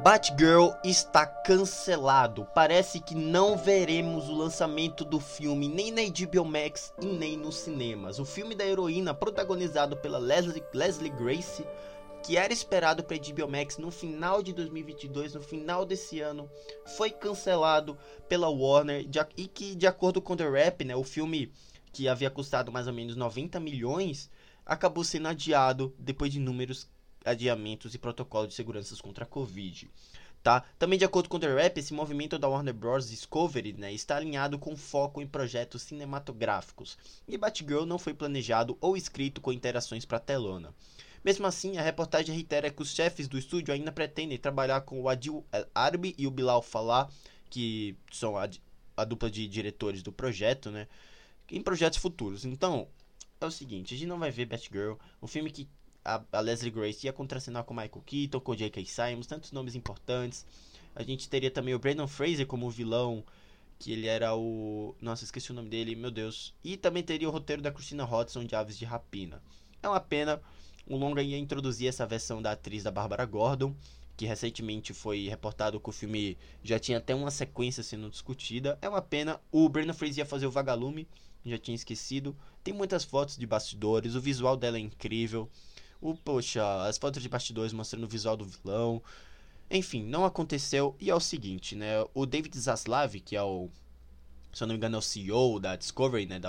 Batgirl está cancelado. Parece que não veremos o lançamento do filme nem na HBO Max e nem nos cinemas. O filme da heroína, protagonizado pela Leslie Grace, que era esperado para HBO Max no final de 2022, no final desse ano, foi cancelado pela Warner e que, de acordo com The Wrap, né, o filme que havia custado mais ou menos 90 milhões, acabou sendo adiado depois de inúmeros adiamentos e protocolos de segurança contra a Covid. Tá? Também de acordo com The Wrap, esse movimento da Warner Bros. Discovery, né, está alinhado com foco em projetos cinematográficos, e Batgirl não foi planejado ou escrito com interações para a telona. Mesmo assim, a reportagem reitera que os chefes do estúdio ainda pretendem trabalhar com o Adil Arbi e o Bilal Fallah, que são a dupla de diretores do projeto, né, em projetos futuros. Então, é o seguinte, a gente não vai ver Batgirl, um filme que a Leslie Grace ia contracenar com Michael Keaton, com J.K. Simmons, tantos nomes importantes. A gente teria também o Brendan Fraser como vilão, que ele era o... Nossa, esqueci o nome dele, meu Deus. E também teria o roteiro da Christina Hodson de Aves de Rapina. É uma pena, o longa ia introduzir essa versão da atriz da Bárbara Gordon, que recentemente foi reportado que o filme já tinha até uma sequência sendo discutida. É uma pena, o Brendan Fraser ia fazer o Vagalume, já tinha esquecido. Tem muitas fotos de bastidores, o visual dela é incrível. Poxa, as fotos de bastidores mostrando o visual do vilão. Enfim, não aconteceu. E é o seguinte, né? O David Zaslav, que é o... Se eu não me engano é o CEO da Discovery, né?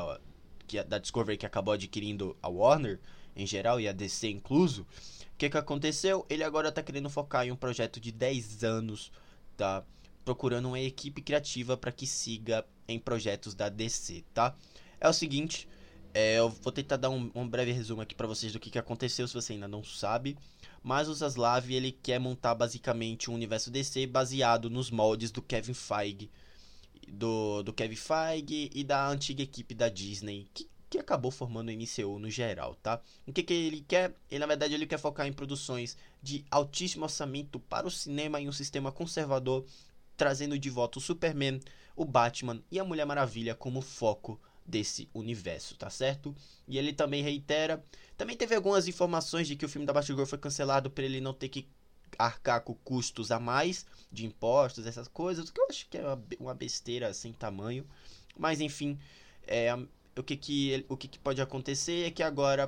Da Discovery que acabou adquirindo a Warner em geral e a DC incluso. O que aconteceu? Ele agora tá querendo focar em um projeto de 10 anos, tá? Procurando uma equipe criativa para que siga em projetos da DC, tá? É o seguinte... eu vou tentar dar um breve resumo aqui pra vocês do que aconteceu, se você ainda não sabe. Mas o Zaslav, ele quer montar basicamente um universo DC baseado nos moldes do Kevin Feige. Do Kevin Feige e da antiga equipe da Disney, que acabou formando o MCU no geral, tá? O que ele quer? Na verdade, ele quer focar em produções de altíssimo orçamento para o cinema em um sistema conservador, trazendo de volta o Superman, o Batman e a Mulher Maravilha como foco desse universo, tá certo? E ele também reitera, também teve algumas informações de que o filme da Batgirl foi cancelado para ele não ter que arcar com custos a mais de impostos, essas coisas, o que eu acho que é uma besteira sem tamanho, mas enfim, o que pode acontecer é que agora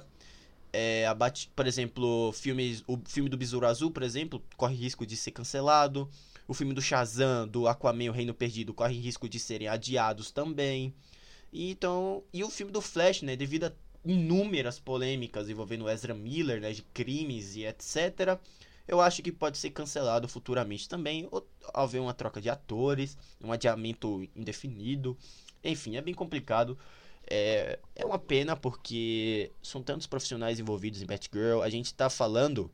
por exemplo, o filme do Besouro Azul, por exemplo, corre risco de ser cancelado. O filme do Shazam, do Aquaman, o Reino Perdido, corre risco de serem adiados também. E o filme do Flash, né, devido a inúmeras polêmicas envolvendo Ezra Miller, né, de crimes e etc., eu acho que pode ser cancelado futuramente também, ou haver uma troca de atores, um adiamento indefinido. Enfim, é bem complicado. É uma pena porque são tantos profissionais envolvidos em Batgirl. A gente tá falando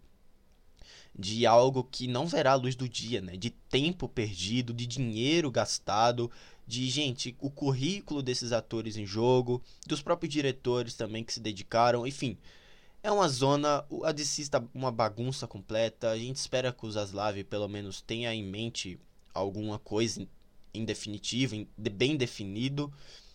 de algo que não verá a luz do dia, né? De tempo perdido, de dinheiro gastado, de, gente, o currículo desses atores em jogo, dos próprios diretores também que se dedicaram, enfim. É uma zona, a DC está uma bagunça completa. A gente espera que o Zaslav pelo menos tenha em mente alguma coisa em definitivo, bem definido,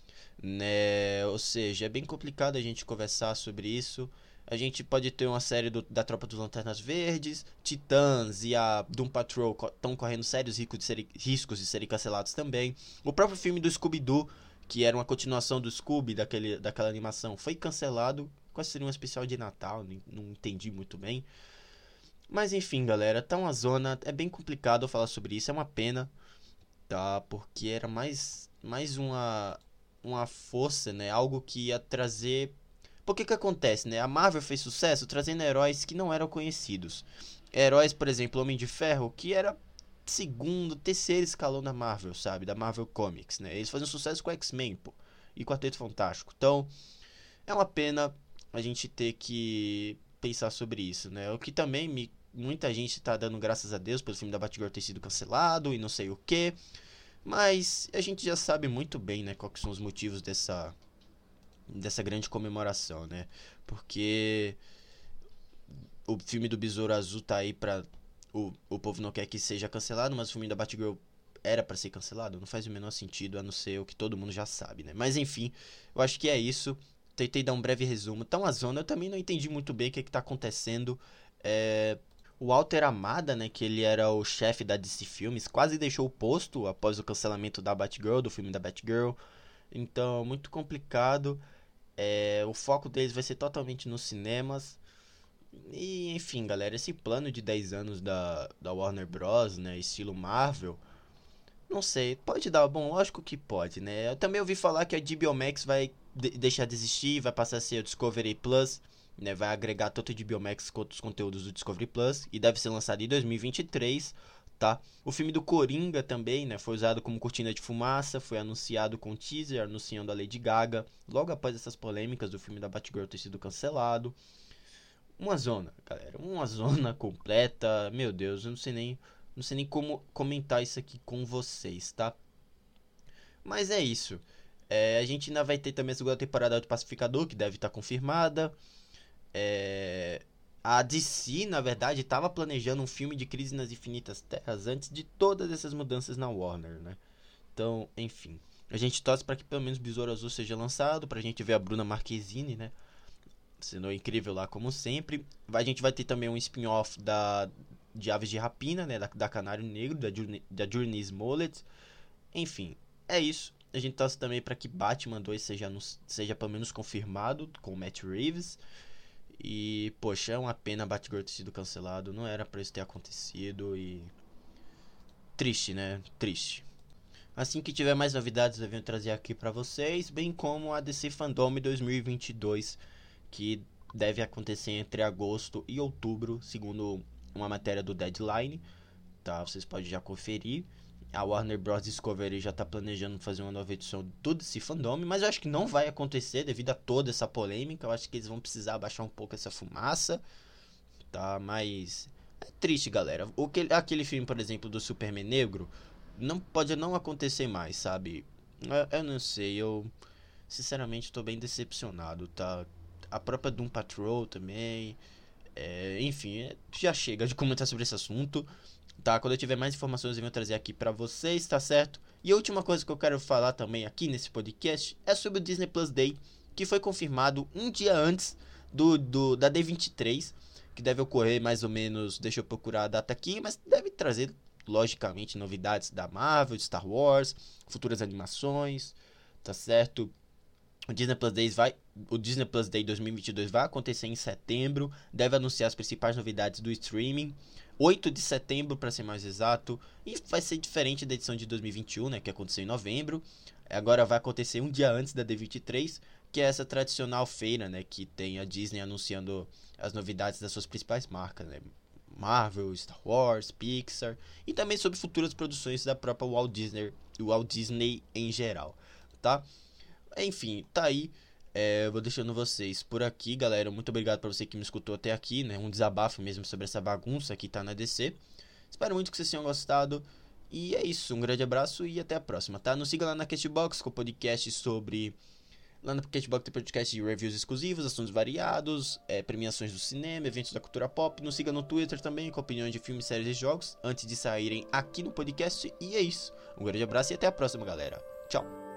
né? Ou seja, é bem complicado a gente conversar sobre isso. A gente pode ter uma série da Tropa dos Lanternas Verdes, Titãs e a Doom Patrol estão correndo sérios riscos de serem cancelados também. O próprio filme do Scooby-Doo, que era uma continuação do Scooby, daquela animação, foi cancelado. Quase seria um especial de Natal, não entendi muito bem. Mas enfim, galera, tá uma zona, é bem complicado falar sobre isso, é uma pena, tá? Porque era mais uma força, né? Algo que ia trazer... Porque que acontece, né? A Marvel fez sucesso trazendo heróis que não eram conhecidos. Heróis, por exemplo, Homem de Ferro, que era segundo, terceiro escalão da Marvel, sabe? Da Marvel Comics, né? Eles faziam sucesso com X-Men, pô. E Quarteto Fantástico. Então, é uma pena a gente ter que pensar sobre isso, né? O que também muita gente tá dando graças a Deus pelo filme da Batgirl ter sido cancelado e não sei o que. Mas a gente já sabe muito bem, né? Quais são os motivos dessa grande comemoração, né? Porque o filme do Besouro Azul tá aí pra... O povo não quer que seja cancelado, mas o filme da Batgirl era pra ser cancelado. Não faz o menor sentido, a não ser o que todo mundo já sabe, né? Mas enfim, eu acho que é isso. Tentei dar um breve resumo. Tá uma zona, eu também não entendi muito bem o que tá acontecendo. O Walter Amada, né, que ele era o chefe da DC Filmes, quase deixou o posto após o cancelamento da Batgirl, do filme da Batgirl. Então, muito complicado. O foco deles vai ser totalmente nos cinemas. E, enfim, galera, esse plano de 10 anos da Warner Bros., né, estilo Marvel, não sei, pode dar, bom, lógico que pode, né? Eu também ouvi falar que a HBO Max vai deixar de existir, vai passar a ser o Discovery Plus, né? Vai agregar tanto o HBO Max quanto os conteúdos do Discovery Plus e deve ser lançado em 2023, tá? O filme do Coringa também, né? Foi usado como cortina de fumaça, foi anunciado com teaser, anunciando a Lady Gaga, logo após essas polêmicas do filme da Batgirl ter sido cancelado. Uma zona, galera, uma zona completa, meu Deus, eu não sei nem como comentar isso aqui com vocês, tá? Mas é isso. A gente ainda vai ter também a segunda temporada do Pacificador, que deve estar confirmada. A DC, na verdade, estava planejando um filme de Crise nas Infinitas Terras antes de todas essas mudanças na Warner, né? Então, enfim. A gente torce para que pelo menos Besouro Azul seja lançado, pra gente ver a Bruna Marquezine, né? Sendo incrível lá como sempre. A gente vai ter também um spin-off de Aves de Rapina, né? Da Canário Negro, da Journey Smollett. Enfim, é isso. A gente torce também para que Batman 2 seja pelo menos confirmado com o Matt Reeves. E, poxa, é uma pena Batgirl ter sido cancelado. Não era pra isso ter acontecido. E triste, né? Triste. Assim que tiver mais novidades, eu venho trazer aqui pra vocês, bem como a DC Fandom 2022, que deve acontecer entre agosto e outubro, segundo uma matéria do Deadline, tá? Vocês podem já conferir. A Warner Bros. Discovery já está planejando fazer uma nova edição do DC Fandom, mas eu acho que não vai acontecer devido a toda essa polêmica. Eu acho que eles vão precisar abaixar um pouco essa fumaça, tá? Mas é triste, galera. Aquele filme, por exemplo, do Superman Negro, não pode não acontecer mais, sabe? Eu não sei, eu sinceramente estou bem decepcionado, tá? A própria Doom Patrol também. Enfim, já chega de comentar sobre esse assunto, tá? Quando eu tiver mais informações eu venho trazer aqui pra vocês, tá certo? E a última coisa que eu quero falar também aqui nesse podcast é sobre o Disney Plus Day, que foi confirmado um dia antes da D23, que deve ocorrer mais ou menos, deixa eu procurar a data aqui, mas deve trazer, logicamente, novidades da Marvel, Star Wars, futuras animações, tá certo? O Disney Plus Day 2022 vai acontecer em setembro, deve anunciar as principais novidades do streaming, 8 de setembro para ser mais exato, e vai ser diferente da edição de 2021, né, que aconteceu em novembro. Agora vai acontecer um dia antes da D23, que é essa tradicional feira, né, que tem a Disney anunciando as novidades das suas principais marcas, né, Marvel, Star Wars, Pixar, e também sobre futuras produções da própria Walt Disney e Walt Disney em geral, tá? Enfim, tá aí. Vou deixando vocês por aqui, galera. Muito obrigado pra você que me escutou até aqui, né? Um desabafo mesmo sobre essa bagunça que tá na DC. Espero muito que vocês tenham gostado. E é isso, um grande abraço e até a próxima, tá? Nos siga lá na Castbox com podcast sobre... Lá na Castbox tem podcast de reviews exclusivos, assuntos variados, premiações do cinema, eventos da cultura pop. Nos siga no Twitter também com opiniões de filmes, séries e jogos antes de saírem aqui no podcast. E é isso, um grande abraço e até a próxima, galera. Tchau!